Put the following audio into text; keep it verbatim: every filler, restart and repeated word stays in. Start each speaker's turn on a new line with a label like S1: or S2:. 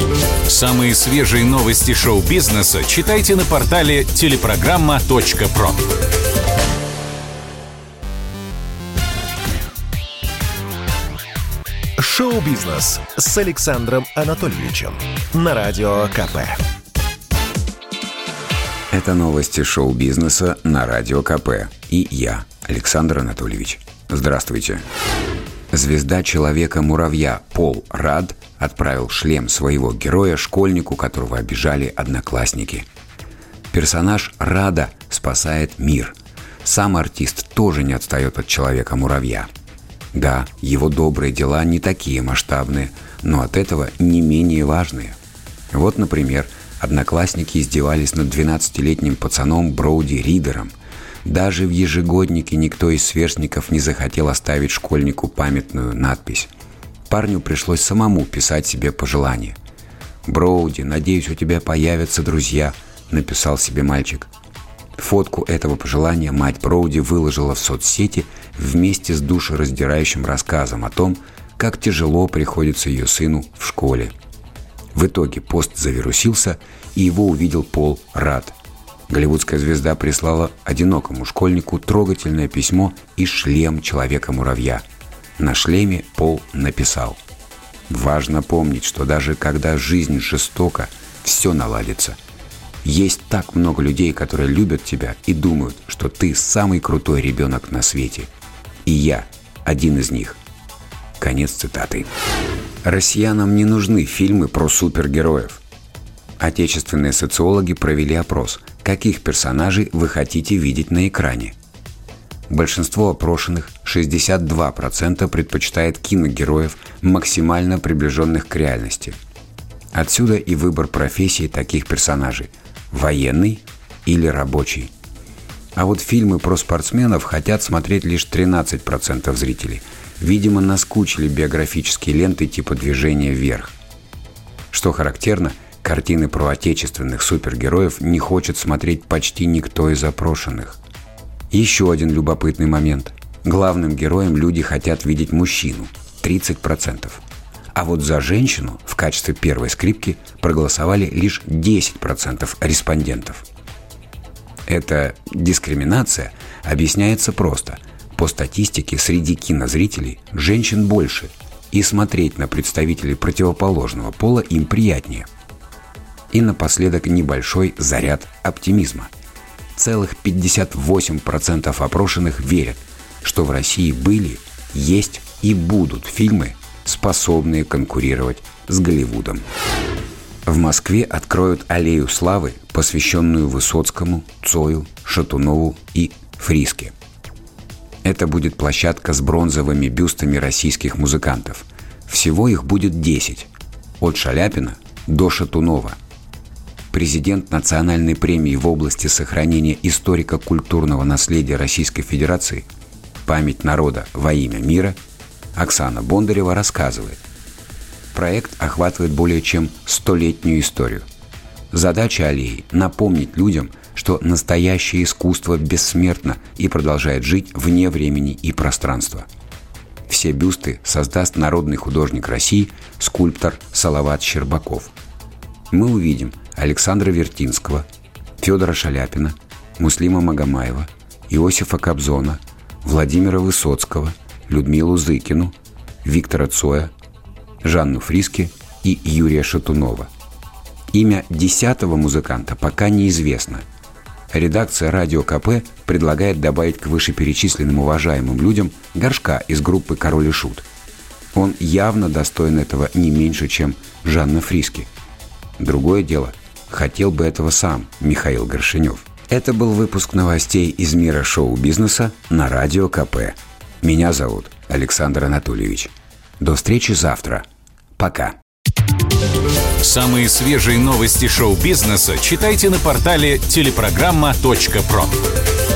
S1: Самые свежие новости шоу-бизнеса читайте на портале телепрограмма точка про.
S2: Шоу-бизнес с Александром Анатольевичем на Радио КП.
S3: Это новости шоу-бизнеса на Радио КП. И я, Александр Анатольевич. Здравствуйте. Звезда Человека-муравья Пол Радд отправил шлем своего героя школьнику, которого обижали одноклассники. Персонаж Радда спасает мир. Сам артист тоже не отстает от Человека-муравья. Да, его добрые дела не такие масштабные, но от этого не менее важные. Вот, например, одноклассники издевались над двенадцатилетним пацаном Броуди Ридером. Даже в ежегоднике никто из сверстников не захотел оставить школьнику памятную надпись. Парню пришлось самому писать себе пожелания. «Броуди, надеюсь, у тебя появятся друзья», — написал себе мальчик. Фотку этого пожелания мать Броуди выложила в соцсети вместе с душераздирающим рассказом о том, как тяжело приходится ее сыну в школе. В итоге пост завирусился, и его увидел Пол Радд. Голливудская звезда прислала одинокому школьнику трогательное письмо и шлем Человека-муравья. На шлеме Пол написал: «Важно помнить, что даже когда жизнь жестока, все наладится. Есть так много людей, которые любят тебя и думают, что ты самый крутой ребенок на свете. И я один из них». Конец цитаты. Россиянам не нужны фильмы про супергероев. Отечественные социологи провели опрос, каких персонажей вы хотите видеть на экране. Большинство опрошенных, шестьдесят два процента, предпочитает киногероев, максимально приближенных к реальности. Отсюда и выбор профессии таких персонажей – военный или рабочий. А вот фильмы про спортсменов хотят смотреть лишь тринадцать процентов зрителей. Видимо, наскучили биографические ленты типа «Движение вверх». Что характерно, картины про отечественных супергероев не хочет смотреть почти никто из опрошенных. Еще один любопытный момент. Главным героем люди хотят видеть мужчину – тридцать процентов. А вот за женщину в качестве первой скрипки проголосовали лишь десять процентов респондентов. Эта дискриминация объясняется просто. По статистике, среди кинозрителей женщин больше, и смотреть на представителей противоположного пола им приятнее. И напоследок небольшой заряд оптимизма. Целых пятьдесят восемь процентов опрошенных верят, что в России были, есть и будут фильмы, способные конкурировать с Голливудом. В Москве откроют аллею славы, посвященную Высоцкому, Цою, Шатунову и Фриске. Это будет площадка с бронзовыми бюстами российских музыкантов. Всего их будет десять. От Шаляпина до Шатунова. Президент Национальной премии в области сохранения историко-культурного наследия Российской Федерации «Память народа во имя мира» Оксана Бондарева рассказывает. Проект охватывает более чем столетнюю историю. Задача аллеи – напомнить людям, что настоящее искусство бессмертно и продолжает жить вне времени и пространства. Все бюсты создаст народный художник России, скульптор Салават Щербаков. Мы увидим Александра Вертинского, Федора Шаляпина, Муслима Магомаева, Иосифа Кобзона, Владимира Высоцкого, Людмилу Зыкину, Виктора Цоя, Жанну Фриске и Юрия Шатунова. Имя десятого музыканта пока неизвестно. Редакция Радио КП предлагает добавить к вышеперечисленным уважаемым людям Горшка из группы «Король и Шут». Он явно достоин этого не меньше, чем Жанна Фриске. Другое дело, хотел бы этого сам Михаил Горшенев. Это был выпуск новостей из мира шоу-бизнеса на Радио КП. Меня зовут Александр Анатольевич. До встречи завтра. Пока.
S1: Самые свежие новости шоу-бизнеса читайте на портале телепрограмма точка про.